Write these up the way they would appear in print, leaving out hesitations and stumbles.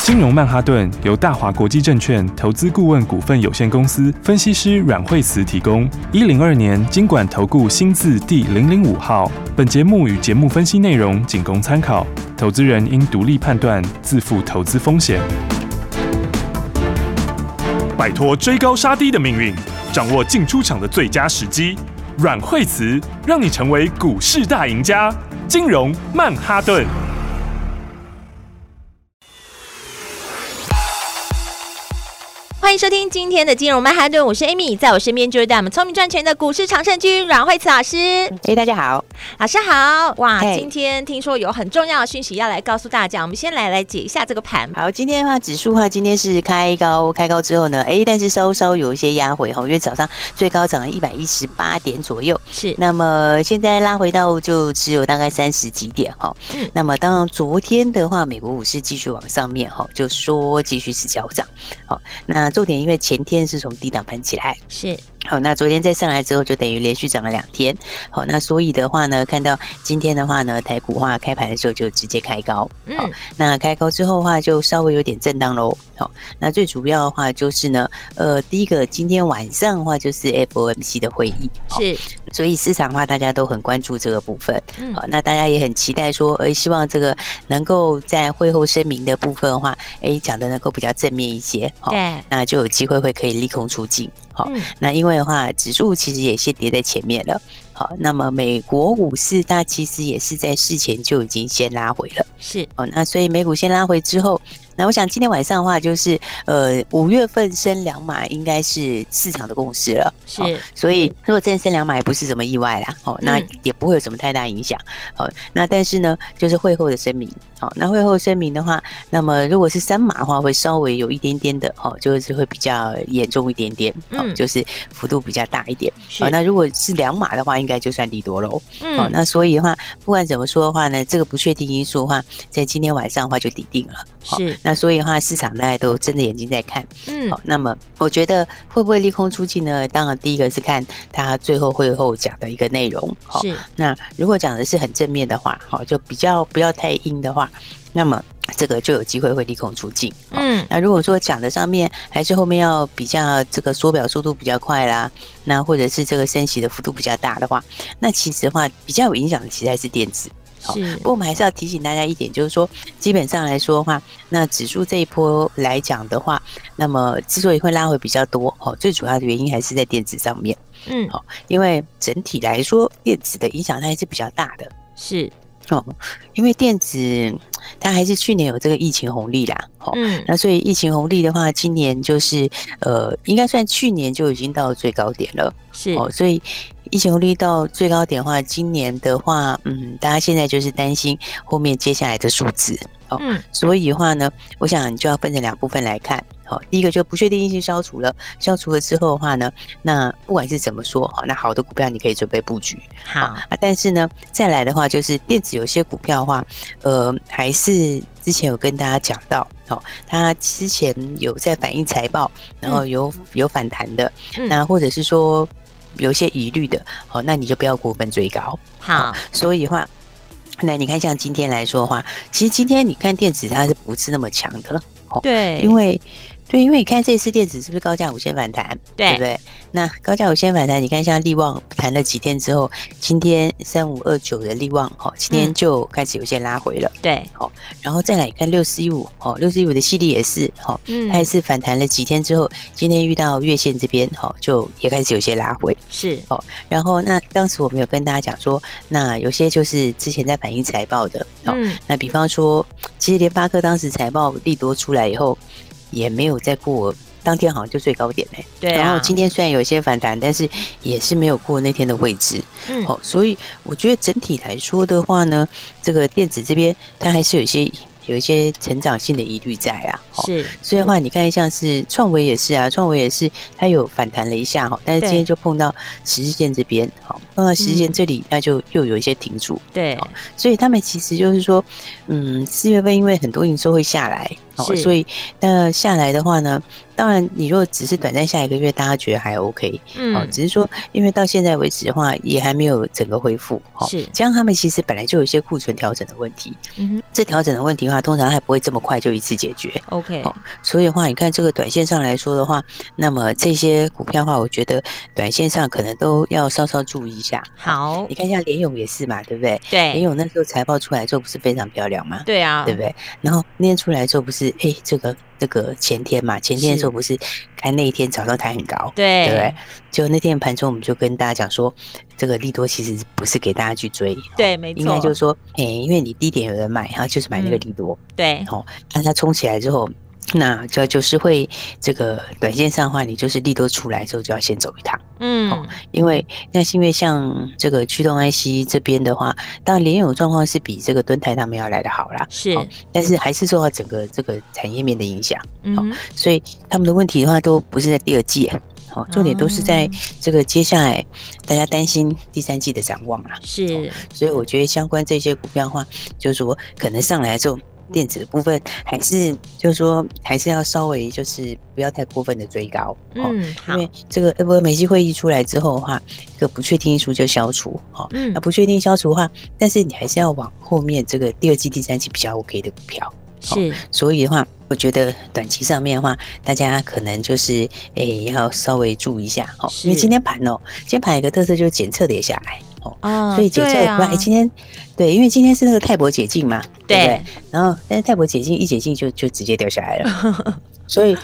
金融曼哈顿由大华国际证券投资顾问股份有限公司分析师阮惠慈提供。102年金管投顾新字第005号。本节目与节目分析内容仅供参考，投资人应独立判断，自负投资风险。摆脱追高杀低的命运，掌握进出场的最佳时机。阮惠慈让你成为股市大赢家。金融曼哈顿。 欢迎收听今天的金融曼哈顿，我是 Amy， 在我身边就是带我们聪明赚钱的股市常胜军阮惠慈老师。 大家好， 老师好。哇，今天听说有很重要的讯息要来告诉大家，我们先来解一下这个盘。 好，今天的话，指数的话，今天是开高之后呢，但是稍稍有一些压回，因为早上最高涨了118点左右， 是。 那么现在拉回到就只有大概30几点哈。那么当然昨天的话，美国股市继续往上面哈，就说继续是小涨。好，那重点因为前天是从低档盘起来， 是。 好，那昨天再上来之后，就等于连续涨了2天。好，那所以的话呢，看到今天的话呢，台股的话开盘的时候就直接开高。好，那开高之后的话，就稍微有点震荡咯。好，那最主要的话就是呢，第一个今天晚上的话就是 FOMC 的会议， 是， 所以市场的话大家都很关注这个部分。好，那大家也很期待说，希望这个能够在会后声明的部分的话，讲的能够比较正面一些。 对， 那就有机会可以利空出尽。好，那因为的话，指数其实也先跌在前面了。好，那么美国股市它其实也是在事前就已经先拉回了。 是。 哦，那所以美股先拉回之后，那我想今天晚上的话，就是5月份升2码应该是市场的共识了。 是。 所以如果真的升2码也不是什么意外啦。哦，那也不会有什么太大影响。好，那但是呢，就是会后的声明。好，那会后声明的话，那么如果是3码的话，会稍微有一点点的，就是会比较严重一点点。就是幅度比较大一点。好，那如果是2码的话，应该就算利多咯。好，那所以的话，不管怎么说的话呢，这个不确定因素的话，在今天晚上的话就底定了。 是。 那所以的话，市场大家都睁着眼睛在看。好，那么我觉得会不会利空出尽呢？当然，第一个是看他最后会后讲的一个内容。好，那如果讲的是很正面的话，好，就比较不要太阴的话，那么这个就有机会会利空出尽。那如果说讲的上面还是后面要比较这个缩表速度比较快啦，那或者是这个升息的幅度比较大的话，那其实的话比较有影响的其实还是电子。不过我们还是要提醒大家一点，就是说基本上来说的话，那指数这一波来讲的话，那么之所以会拉回比较多，最主要的原因还是在电子上面。因为整体来说电子的影响它还是比较大的。 是。 因为电子它还是去年有这个疫情红利啦。那所以疫情红利的话，今年就是应该算去年就已经到最高点了。 是。 所以疫情红利到最高点的话，今年的话，大家现在就是担心后面接下来的数字。所以的话呢，我想你就要分成2部分来看。好，第一个就不确定因素消除了之后的话呢，那不管是怎么说，那好的股票你可以准备布局。 好， 但是呢，再来的话就是电子有些股票的话，还是之前有跟大家讲到，它之前有在反映财报，然后有反弹的，那或者是说有些疑虑的，那你就不要过分追高。 好， 所以的话，那你看像今天来说的话，其实今天你看电子它是不是那么强的？ 对， 因为你看这次电子是不是高价五线反弹？对不对？那高价五线反弹，你看像力旺弹了几天之后，今天3529的力旺，今天就开始有些拉回了。 对， 然后再来看6415的细粒也是，它也是反弹了几天之后，今天遇到月线这边，就也开始有些拉回。 是。 然后那当时我们有跟大家讲说，那有些就是之前在反映财报的，那比方说，其实联发科当时财报利多出来以后，也没有再过当天好像就最高点对啊。 然后今天虽然有一些反弹，但是也是没有过那天的位置。所以我觉得整体来说的话呢，这个电子这边它还是有一些成长性的疑虑在啊。 是。 所以的话，你看像是创维也是啊，创维也是它有反弹了一下，但是今天就碰到10日线这边，碰到10日线这里，那就又有一些停住。 对。 所以他们其实就是说，4月份因为很多营收会下来。 所以那下来的话呢，当然你如果只是短暂下一个月，大家觉得还 OK，只是说因为到现在为止的话，也还没有整个恢复，是加上他们其实本来就有一些库存调整的问题，这调整的问题的话，通常还不会这么快就一次解决 ，OK， 所以的话，你看这个短线上来说的话，那么这些股票的话，我觉得短线上可能都要稍稍注意一下。 好， 你看一下联咏也是嘛，对不对？ 对， 联咏那时候财报出来之后不是非常漂亮吗？ 对啊， 对不对？然后那天出来之后不是，这个前天嘛，前天的时候不是开那一天早上抬很高，对不对？就那天盘中我们就跟大家讲说，这个利多其实不是给大家去追， 对，没错， 应该就是说，因为你低点有人买，他就是买那个利多， 对， 但它冲起来之后。那就是会这个短线上的话，你就是利多出来之后就要先走一趟，因为像这个驱动 IC 这边的话，当然联咏状况是比这个敦泰他们要来得好啦， 是， 但是还是受到整个这个产业面的影响，所以他们的问题的话都不是在第二季，重点都是在这个接下来大家担心第三季的展望啦， 是， 所以我觉得相关这些股票的话，就是说可能上来之后。电子的部分还是就是说还是要稍微就是不要太过分的追高，因为这个美西会议出来之后的话，这个不确定因素就消除，那不确定消除的话，但是你还是要往后面这个第二季、第三季比较 OK 的股票， 是， 所以的话，我觉得短期上面的话，大家可能就是要稍微注意一下，因为今天盘有一个特色就是检测跌下来。所以检测今天对，因为今天是那个泰博解禁嘛，对不对？然后但是泰博解禁一解禁就直接掉下来了，所以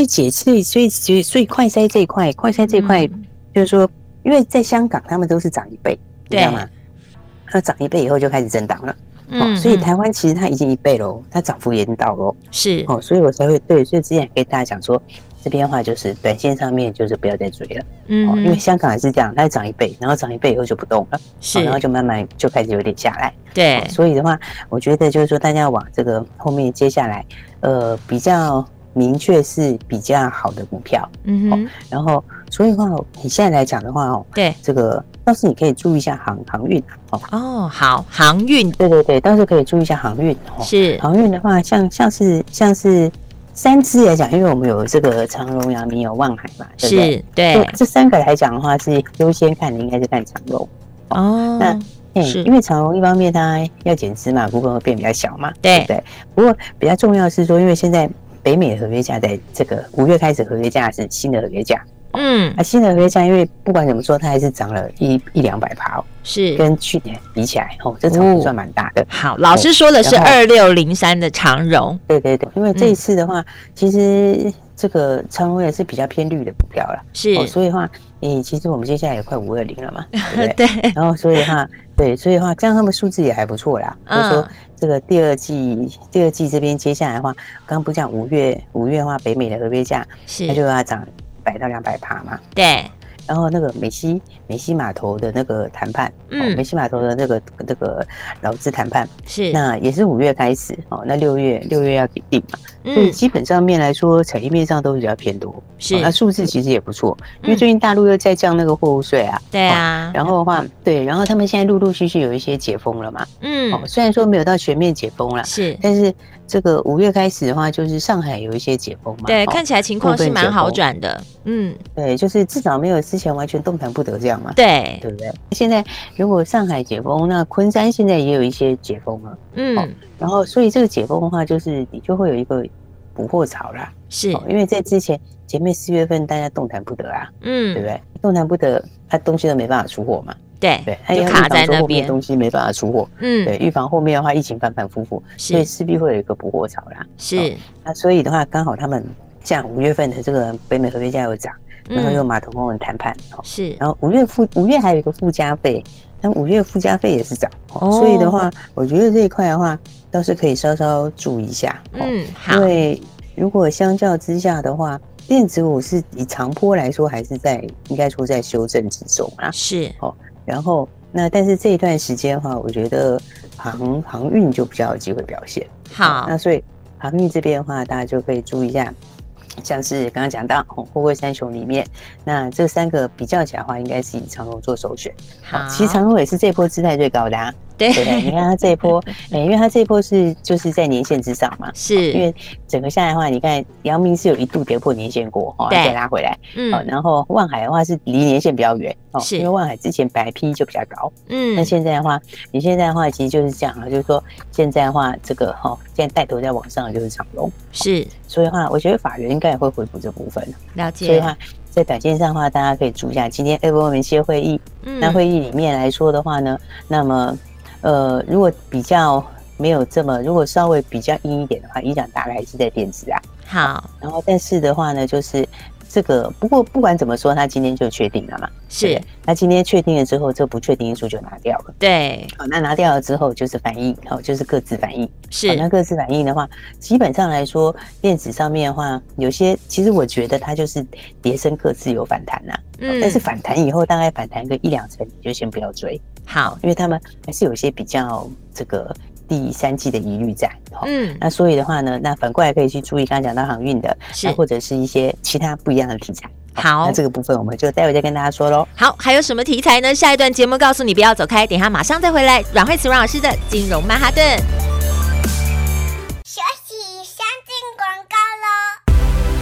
快筛这一块，就是说，因为在香港他们都是涨1倍，你知道吗？它涨1倍以后就开始震荡了，所以台湾其实它已经1倍了，它涨幅也已经到了， 是所以我才会所以之前跟大家讲说。这边的话就是短线上面就是不要再追了，因为香港也是这样，它涨1倍，然后涨1倍以后就不动了，然后就慢慢就开始有点下来， 对， 所以的话，我觉得就是说大家往这个后面接下来，比较明确是比较好的股票，然后所以的话，你现在来讲的话， 对， 这个倒是你可以注意一下航运， 好，航运， 对，倒是可以注意一下航运， 是航运的话，像是。3支来讲，因为我们有这个长荣、阳明、有万海嘛，对不对？ 是，对。 这3个来讲的话，是优先看的，应该是看长荣。那因为长荣一方面它要减资嘛，股本会变比较小嘛，对不对？不过比较重要的是说，因为现在北美的合约价在这个5月开始，合约价是新的合约价。新的合约价，因为不管怎么说，它还是涨了100-200% 是跟去年比起来，这涨幅算蛮大的。 好，老师说的是2603的长荣， 对，因为这一次的话，其实这个长荣也是比较偏绿的股票啦， 是， 所以的话，其实我们接下来也快520了嘛，对不对？ 对， 然后所以的话，这样他们数字也还不错啦。就是说这个第二季这边接下来的话，刚刚不讲5月的话，北美的合约价是它就要涨100-200%嘛，对。然后那个美西码头的那个谈判，美西码头的那个劳资谈判是，那也是5月开始，那6月要给定嘛，所以基本上面来说，产业面上都比较偏多，是，那数字其实也不错，因为最近大陆又在降那个货物税啊，对啊，然后的话，然后他们现在陆陆续续有一些解封了嘛，虽然说没有到全面解封了，是，但是这个5月开始的话，就是上海有一些解封嘛， 对，看起来情况是蛮好转的， 对，就是至少没有之前完全动弹不得这样嘛， 对不对？现在如果上海解封，那昆山现在也有一些解封了，然后所以这个解封的话，就是你就会有一个补货潮啦，是，因为在之前前面4月份大家动弹不得啊，对不对？动弹不得，它东西都没办法出货嘛，对，它就卡在那边，东西没办法出货，对，预防后面的话疫情反反复复，所以势必会有一个补货潮啦，是，那所以的话，刚好他们像5月份的这个北美合约价有涨。然后又码头工人谈判，是，然后5月还有一个附加费，但5月附加费也是涨，所以的话，我觉得这一块的话倒是可以稍稍注意一下，好，因为如果相较之下的话，电子股是以长波来说，还是应该说在修正之中啊，是，然后那但是这一段时间的话，我觉得航运就比较有机会表现，好，那所以航运这边的话，大家就可以注意一下。像是刚刚讲到货柜三雄里面，那这3个比较起来的话，应该是以长荣做首选。好，其实长荣也是这波姿态最高的啊。 对， 你看它这一波，因为它这一波就是在年线之上嘛， 是因为整个下来的话，你看阳明是有一度跌破年线过，再拉回来，然后万海的话是离年线比较远，因为万海之前本来 PE 就比较高，那现在的话，你现在的话其实就是这样啊，就是说现在的话，这个现在带头在往上的就是长荣， 是， 所以的话，我觉得法人应该也会恢复这部分， 了解， 所以的话。在短线上的话，大家可以注意一下今天 FOMC 会议。那会议里面来说的话呢，那么如果比较没有这么，如果稍微比较阴一点的话，影响大概还是在电子啊。 好， 然后但是的话呢，就是这个不过不管怎么说，他今天就确定了嘛。是，那今天确定了之后，这不确定因素就拿掉了。 对， 好，那拿掉了之后就是反应，就是各自反应。 是， 那各自反应的话，基本上来说，电子上面的话，有些其实我觉得它就是跌升各自有反弹呐。但是反弹以后大概反弹个1-2成，你就先不要追。 好， 因为他们还是有一些比较这个第三季的疑虑在。那所以的话呢，那反过来可以去注意刚刚讲到航运的，那或者是一些其他不一样的题材。 好， 那这个部分我们就待会再跟大家说咯。 好，还有什么题材呢？下一段节目告诉你，不要走开，等一下马上再回来。阮慧慈阮老师的金融曼哈顿。 休息，先进广告咯。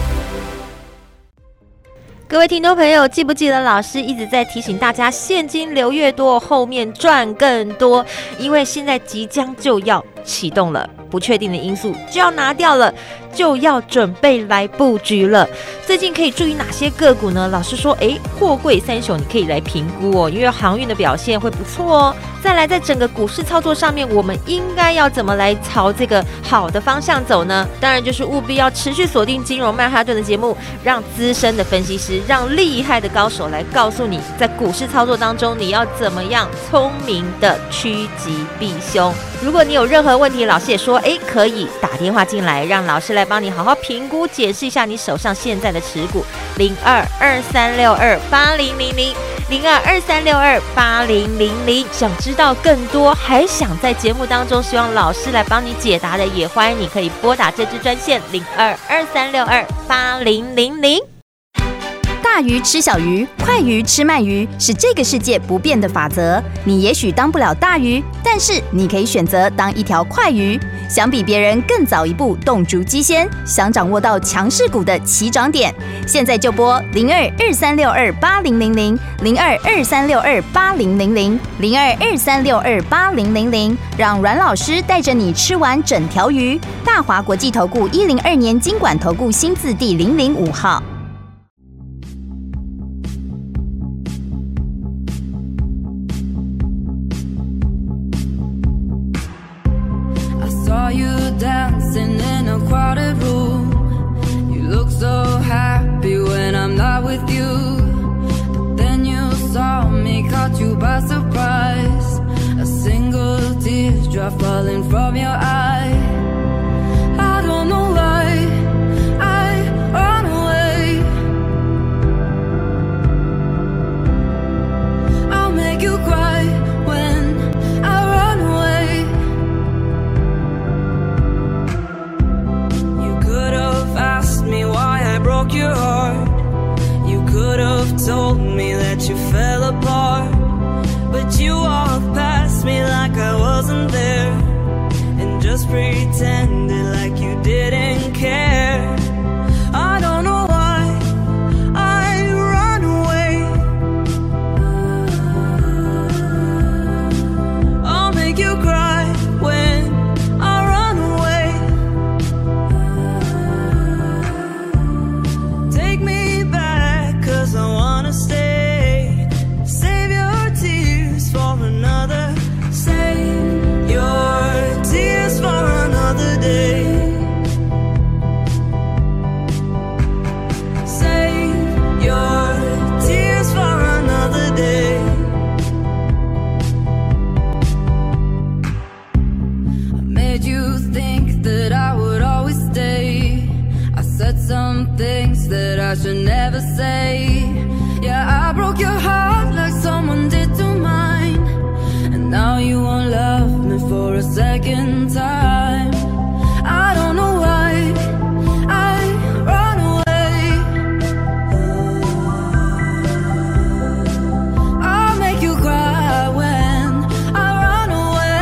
各位听众朋友，记不记得老师一直在提醒大家，现金流越多，后面赚更多，因为现在即将就要启动了，不确定的因素就要拿掉了，就要准备来布局了。最近可以注意哪些个股呢？老师说，货柜三雄你可以来评估哦，因为航运的表现会不错哦。再来，在整个股市操作上面，我们应该要怎么来朝这个好的方向走呢？当然就是务必要持续锁定金融曼哈顿的节目，让资深的分析师，让厉害的高手来告诉你，在股市操作当中你要怎么样聪明的趋吉避凶。如果你有任何问题，老师也说可以打电话进来，让老师来帮你好好评估解释一下你手上现在的持股，0223628000 0223628000。想知道更多，还想在节目当中希望老师来帮你解答的，也欢迎你可以拨打这支专线0223628000。 大鱼吃小鱼，快鱼吃慢鱼，是这个世界不变的法则。你也许当不了大鱼，但是你可以选择当一条快鱼。想比别人更早一步动足机先，想掌握到强势股的起涨点，现在就拨0223628000 0223628000 0223628000，让阮老师带着你吃完整条鱼。大华国际投顾102年金管投顾新字第005号。 Saw you dancing in a crowded room. You look so happy when I'm not with you. But then you saw me, caught you by surprise. A single teardrop falling from your eye. I don't know why I run away. I'll make you cry when I run away. Asked me why I broke your heart. You could have told me that you fell apart, but you walked past me like I wasn't there, and just pretended like you didn't care. I don't know why I run away. I'll make you cry when I run away. Take me back, 'cause I wanna stay. Save your tears for another. Save your tears for another day. Save your tears for another day. I made you think that I would always stay. I said some things that I should never say. Yeah, I broke your heart like someone did to mine, and now you won't love me for a second time. I don't know why I run away. I'll make you cry when I run away.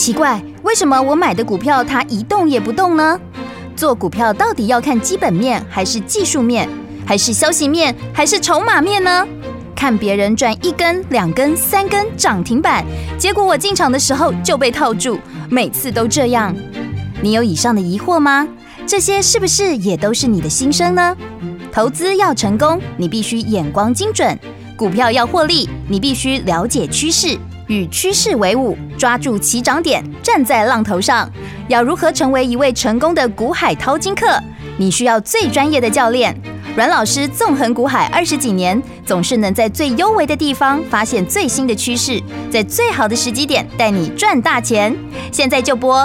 奇怪，为什么我买的股票它一动也不动呢？做股票到底要看基本面，还是技术面，还是消息面，还是筹码面呢？看别人赚1根、2根、3根涨停板，结果我进场的时候就被套住，每次都这样。你有以上的疑惑吗？这些是不是也都是你的心声呢？投资要成功，你必须眼光精准；股票要获利，你必须了解趋势，与趋势为伍，抓住起涨点，站在浪头上。要如何成为一位成功的股海淘金客？你需要最专业的教练。阮老师纵横股海20几年，总是能在最优微的地方发现最新的趋势，在最好的时机点带你赚大钱。现在就拨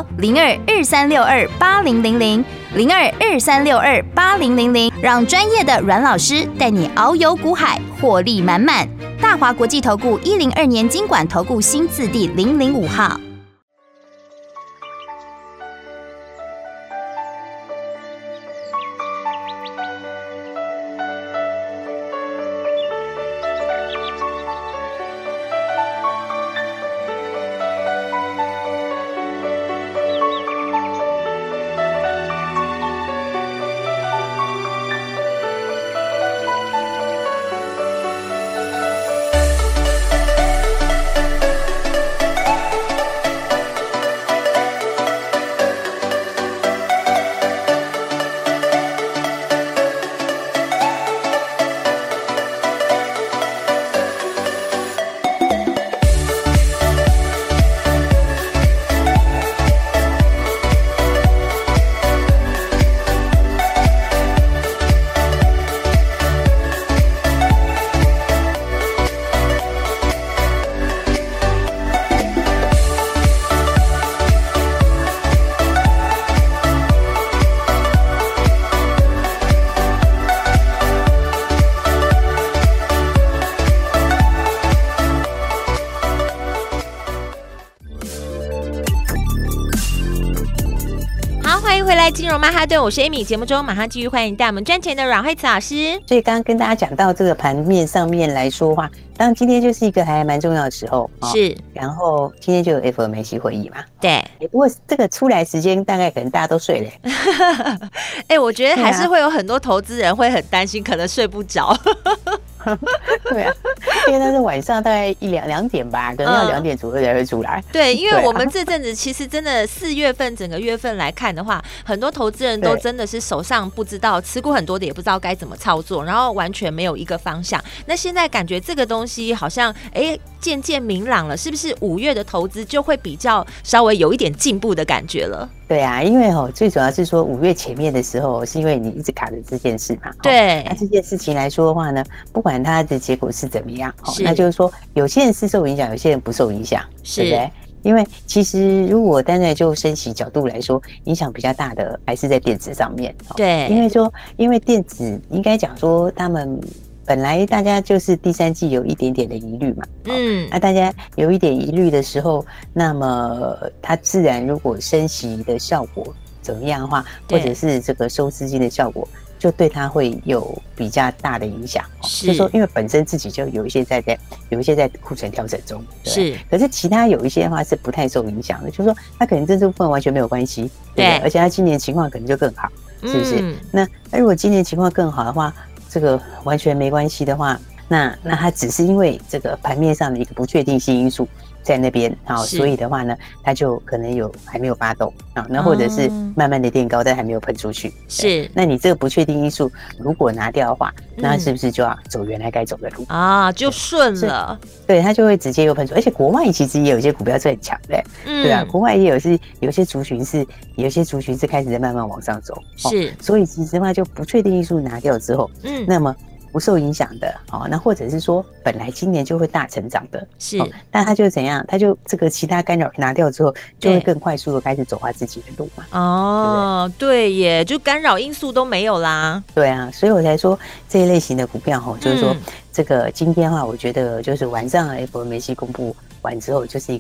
02-2362-8000，02-2362-8000，让专业的阮老师带你遨游股海，获利满满。大华国际投顾102年金管投顾新字第005号。 金融曼哈顿，我是 Amy。节目中马上继续欢迎带我们赚钱的阮慧慈老师。 所以刚刚跟大家讲到这个盘面上面来说的话，当然今天就是一个还蛮重要的时候， 是。 然后今天就有 FOMC 会议嘛， 对。 不过这个出来时间大概可能大家都睡了。 我觉得还是会有很多投资人会很担心，可能睡不着。 对啊，因为那是晚上大概2点吧，可能要2点左右才会出来。 对，因为我们这阵子其实真的4月份整个月份来看的话，很多投资人都真的是手上不知道持股很多的，也不知道该怎么操作，然后完全没有一个方向。那现在感觉这个东西好像渐渐明朗了，是不是5月的投资就会比较稍微有一点进步的感觉了？ 对啊，因为最主要是说5月前面的时候，是因为你一直卡着这件事嘛。 对， 那这件事情来说的话呢，不管它的结果是怎么样，那就是说有些人是受影响，有些人不受影响，对不对？因为其实如果单纯就升息角度来说，影响比较大的还是在电子上面。 对， 因为电子应该讲说他们本来大家就是第3季有一点点的疑虑嘛，那大家有一点疑虑的时候，那么它自然如果升息的效果怎么样的话，或者是这个收资金的效果，就对它会有比较大的影响。就是说，因为本身自己就有一些在库存调整中，是，可是其他有一些的话是不太受影响的，就是说它可能这部分完全没有关系，对，而且它今年情况可能就更好，是不是？那如果今年情况更好的话，这个完全没关系的话，那它只是因为这个盘面上的一个不确定性因素在那边，所以的话呢，它就可能还没有发动啊，那或者是慢慢的垫高，但还没有喷出去。是，那你这个不确定因素如果拿掉的话，那是不是就要走原来该走的路啊？就顺了。 对，它就会直接又喷出，而且国外其实也有一些股票是很强的，对啊，国外也有些族群是开始在慢慢往上走，是，所以其实的话就不确定因素拿掉之后，那么不受影响的，那或者是说本来今年就会大成长的，是，但它就怎样？它就这个其他干扰拿掉之后，就会更快速的开始走它自己的路嘛。 哦，对耶，就干扰因素都没有啦。 对啊，所以我才说这一类型的股票就是说这个今天的话，我觉得就是晚上 FOMC 公布完之后，就是一个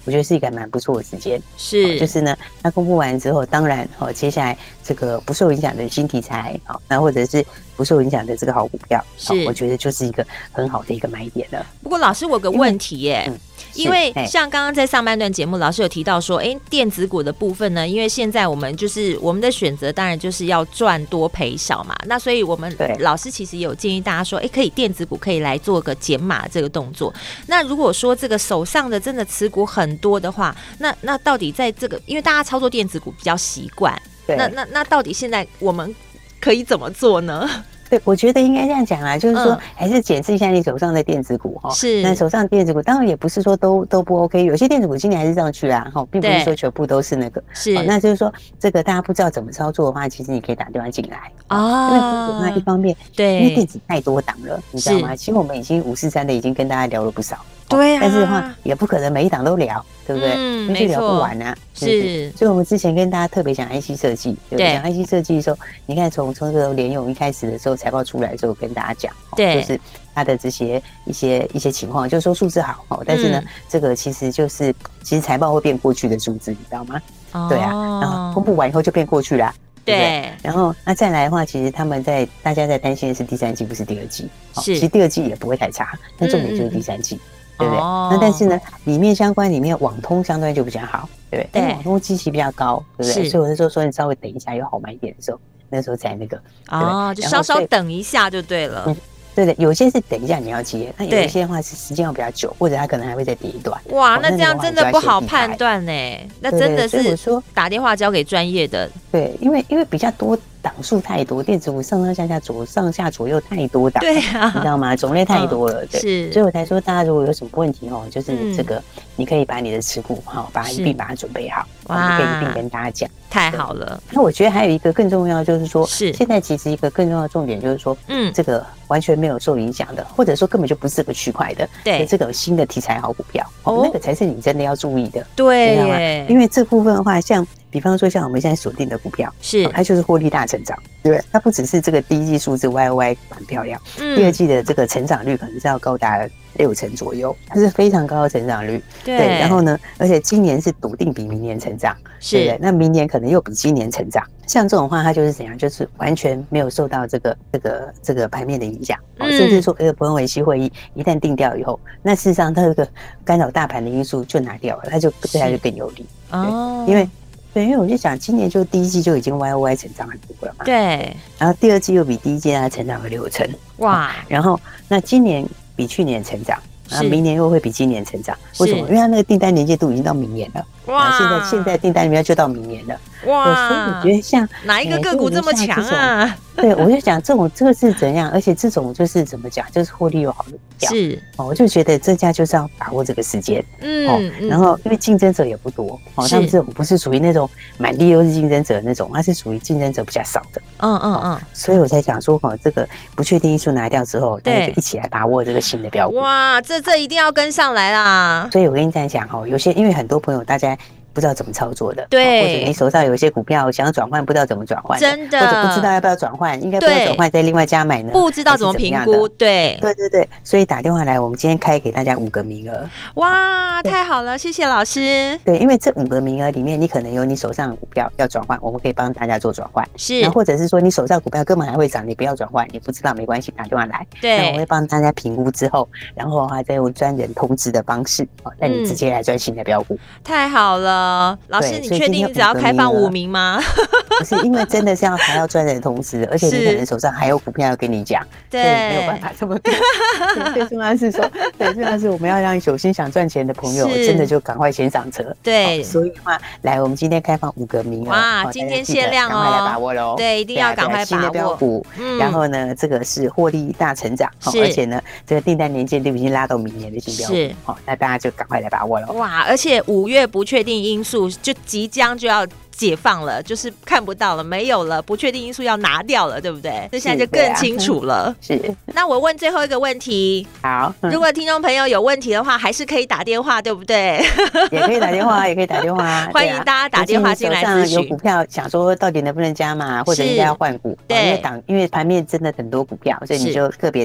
我觉得是一个蛮不错的时间。 是， 就是呢，它公布完之后，当然接下来这个不受影响的新题材，那或者是不受影响的这个好股票，我觉得就是一个很好的一个买点了。 不过老师，我有个问题耶。因为像刚刚在上半段节目，老师有提到说，电子股的部分呢，因为现在我们的选择当然就是要赚多赔少嘛，那所以我们老师其实也有建议大家说，可以电子股可以来做个减码这个动作。那如果说这个手上的真的持股很多的话，那到底在这个，因为大家操作电子股比较习惯，那到底现在我们可以怎么做呢？ 对，我觉得应该这样讲啦，就是说还是检视一下你手上的电子股是， 那手上的电子股当然也不是说都不 OK， 有些电子股今年还是上去啦，并不是说全部都是那个。 是， 那就是说这个大家不知道怎么操作的话，其实你可以打电话进来因为那一方面， 对， 因为电子太多档了，你知道吗？其实我们已经543的已经跟大家聊了不少。 对啊， 但是的话也不可能每一档都聊，对不对？那就聊不完啊。 是， 所以我们之前跟大家特别讲 IC 设计，对不对？讲 IC 设计的时候，你看从这个联咏一开始的时候，财报出来的时候跟大家讲， 对， 就是它的这些一些情况，就是说数字好，但是呢，这个其实财报会变过去的数字，你知道吗？对啊，然后公布完以后就变过去啦。对，然后那再来的话，其实大家在担心的是第三季，不是第二季。其实第二季也不会太差，但重点就是第三季。对不对？那但是呢，里面网通相对就比较好，对不对？但是网通基期比较高，对不对？所以我那时候说你稍微等一下有好买点的时候，那时候在那个就稍稍等一下就对了。 对的，有些是等一下你要接，那有一些的话是时间要比较久，或者它可能还会再跌一段。 哇，那这样真的不好判断呢。那真的是说打电话交给专业的。 对，因为比较多档数太多，电子股上下左右太多档， 对啊， 你知道吗？种类太多了，对， 是， 所以我才说大家如果有什么问题就是这个你可以把你的持股把它一并把它准备好，你可以一并跟大家讲。 太好了。 那我觉得还有一个更重要就是说，现在其实一个更重要的重点就是说，这个完全没有受影响的，或者说根本就不是这个区块的，对，这个新的题材好股票，那个才是你真的要注意的， 对， 知道吗？因为这部分的话，比方说像我们现在锁定的股票，它就是获利大成长，对不对？它不只是这个第一季数字 YOY 很漂亮，第二季的这个成长率可能是要高达60%左右，它是非常高的成长率。对，然后呢，而且今年是笃定比明年成长，对不对？那明年可能又比今年成长。像这种话，它就是怎样？就是完全没有受到这个盘面的影响，甚至说伯恩维希会议一旦定掉以后，那事实上它这个干扰大盘的因素就拿掉了，它就对它就更有利。因为我就讲，今年就第一季就已经 YOY 成长很多了嘛。 对。 然后第二季又比第一季成长了60%。哇！然后那今年比去年成长，然后明年又会比今年成长。为什么？因为它那个订单连接度已经到明年了。哇！现在订单里面就到明年了。哇！所以我觉得像哪一个个股这么强啊？ 对，我就讲这个是怎样，而且这种就是怎么讲，就是获利又好的股票。是我就觉得这家就是要把握这个时间。然后因为竞争者也不多，他们这种不是属于那种满地都是竞争者的那种，它是属于竞争者比较少的。所以我才讲说这个不确定因素拿掉之后，大家就一起来把握这个新的标股。 哇，这一定要跟上来啦！ 所以我跟你这样讲有些因为很多朋友大家不知道怎么操作的， 对， 或者你手上有一些股票想要转换，不知道怎么转换， 真的， 或者不知道要不要转换，应该不要转换，再另外加买呢？ 不知道怎么评估，对， 所以打电话来，我们今天开给大家5个名额。 哇，太好了，谢谢老师。 对，因为这5个名额里面，你可能有你手上的股票要转换，我们可以帮大家做转换， 是， 然后或者是说你手上股票根本还会涨，你不要转换，你不知道没关系，打电话来， 对， 那我会帮大家评估之后，然后的话再用专人通知的方式，带你直接来专新的标股。 太好了，老师。你确定你只要开放5名吗？ 不是，因为真的是还要专人通知，而且你可能手上还有股票要跟你讲，对，没有办法这么多。最重要是说，最重要是我们要让有心想赚钱的朋友真的就赶快先上车。对，所以的话，来，我们今天开放5个名额， 哇，今天限量哦， 赶快来把握喽！ 对，一定要赶快把握新的标股。然后呢，这个是获利大成长，而且呢，这个订单年限都已经拉到明年的新标股，是，那大家就赶快来把握喽！ 哇，而且5月不确定因素就即将就要解放了，就是看不到了，没有了，不确定因素要拿掉了，对不对？那现在就更清楚了。 是， 那我问最后一个问题。 好， 如果听众朋友有问题的话，还是可以打电话，对不对？ 也可以打电话，也可以打电话。 欢迎大家打电话进来咨询。 有股票想说到底能不能加码，或者应该要换股？对，因为盘面真的很多股票，所以你就个别打来。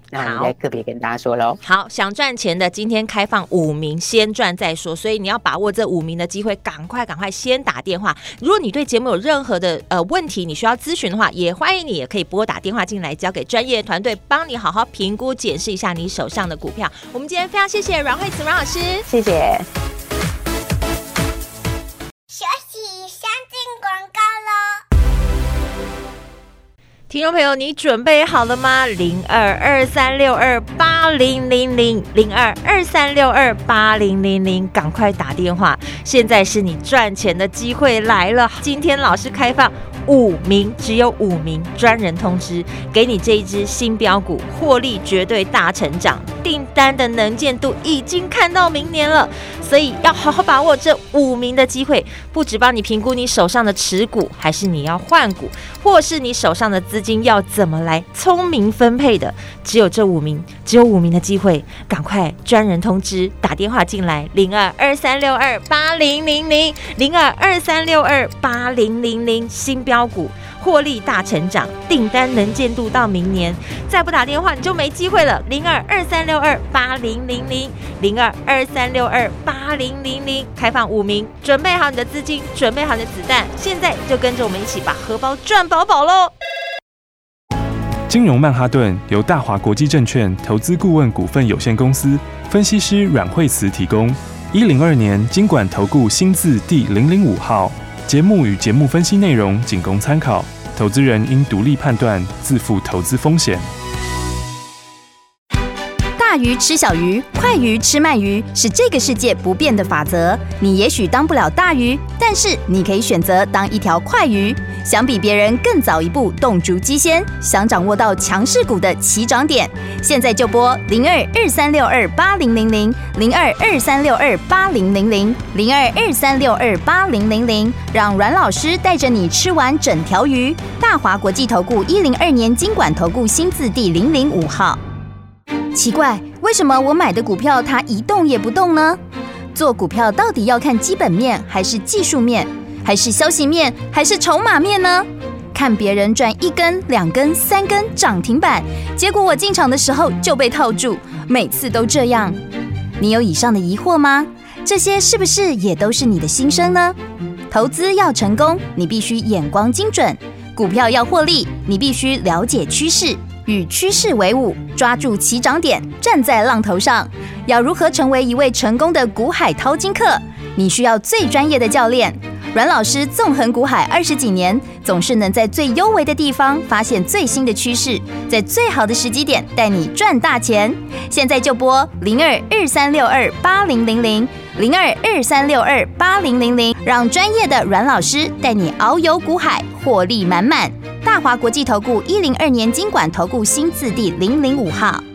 那我再个别跟大家说咯。 好，想赚钱的今天开放5名，先赚再说，所以你要把握这5名的机会，赶快先打电话。如果你对节目有任何的问题，你需要咨询的话，也欢迎你也可以拨打电话进来，交给专业团队帮你好好评估检视一下你手上的股票。我们今天非常谢谢阮惠慈阮老师， 谢谢。 学习先进广告咯。 听众朋友，你准备好了吗？0223628000，0223628000，赶快打电话！现在是你赚钱的机会来了。今天老师开放5名，只有5名专人通知，给你这一支新标股，获利绝对大成长，订单的能见度已经看到明年了，所以要好好把握这5名的机会，不只帮你评估你手上的持股，还是你要换股，或是你手上的资金要怎么来聪明分配的，只有这5名，只有5名的机会，赶快专人通知，打电话进来0223628000，0223628000，新标股获利大成长，订单能见度到明年，再不打电话你就没机会了。0223628000，0223628000，开放5名，准备好你的资金，准备好你的子弹，现在就跟着我们一起把荷包赚饱饱喽！ 金融曼哈顿由大华国际证券投资顾问股份有限公司分析师阮惠慈提供。102年金管投顾新字第005号。节目与节目分析内容仅供参考，投资人应独立判断，自负投资风险。 大鱼吃小鱼，快鱼吃慢鱼，是这个世界不变的法则。你也许当不了大鱼，但是你可以选择当一条快鱼。想比别人更早一步动足机先，想掌握到强势股的起涨点，现在就拨0223628000，0223628000，0223628000，让阮老师带着你吃完整条鱼。大华国际投顾102年金管投顾新字第005号。奇怪，为什么我买的股票它一动也不动呢？做股票到底要看基本面，还是技术面，还是消息面，还是筹码面呢？看别人赚1根、2根、3根涨停板，结果我进场的时候就被套住，每次都这样。你有以上的疑惑吗？这些是不是也都是你的心声呢？投资要成功，你必须眼光精准；股票要获利，你必须了解趋势。与趋势为伍，抓住起涨点，站在浪头上。要如何成为一位成功的股海淘金客？你需要最专业的教练。阮老师纵横股海20几年，总是能在最优微的地方发现最新的趋势，在最好的时机点带你赚大钱。现在就拨0223628000，0223628000，让专业的阮老师带你遨游股海，获利满满。大华国际投顾102年金管投顾新字第005号。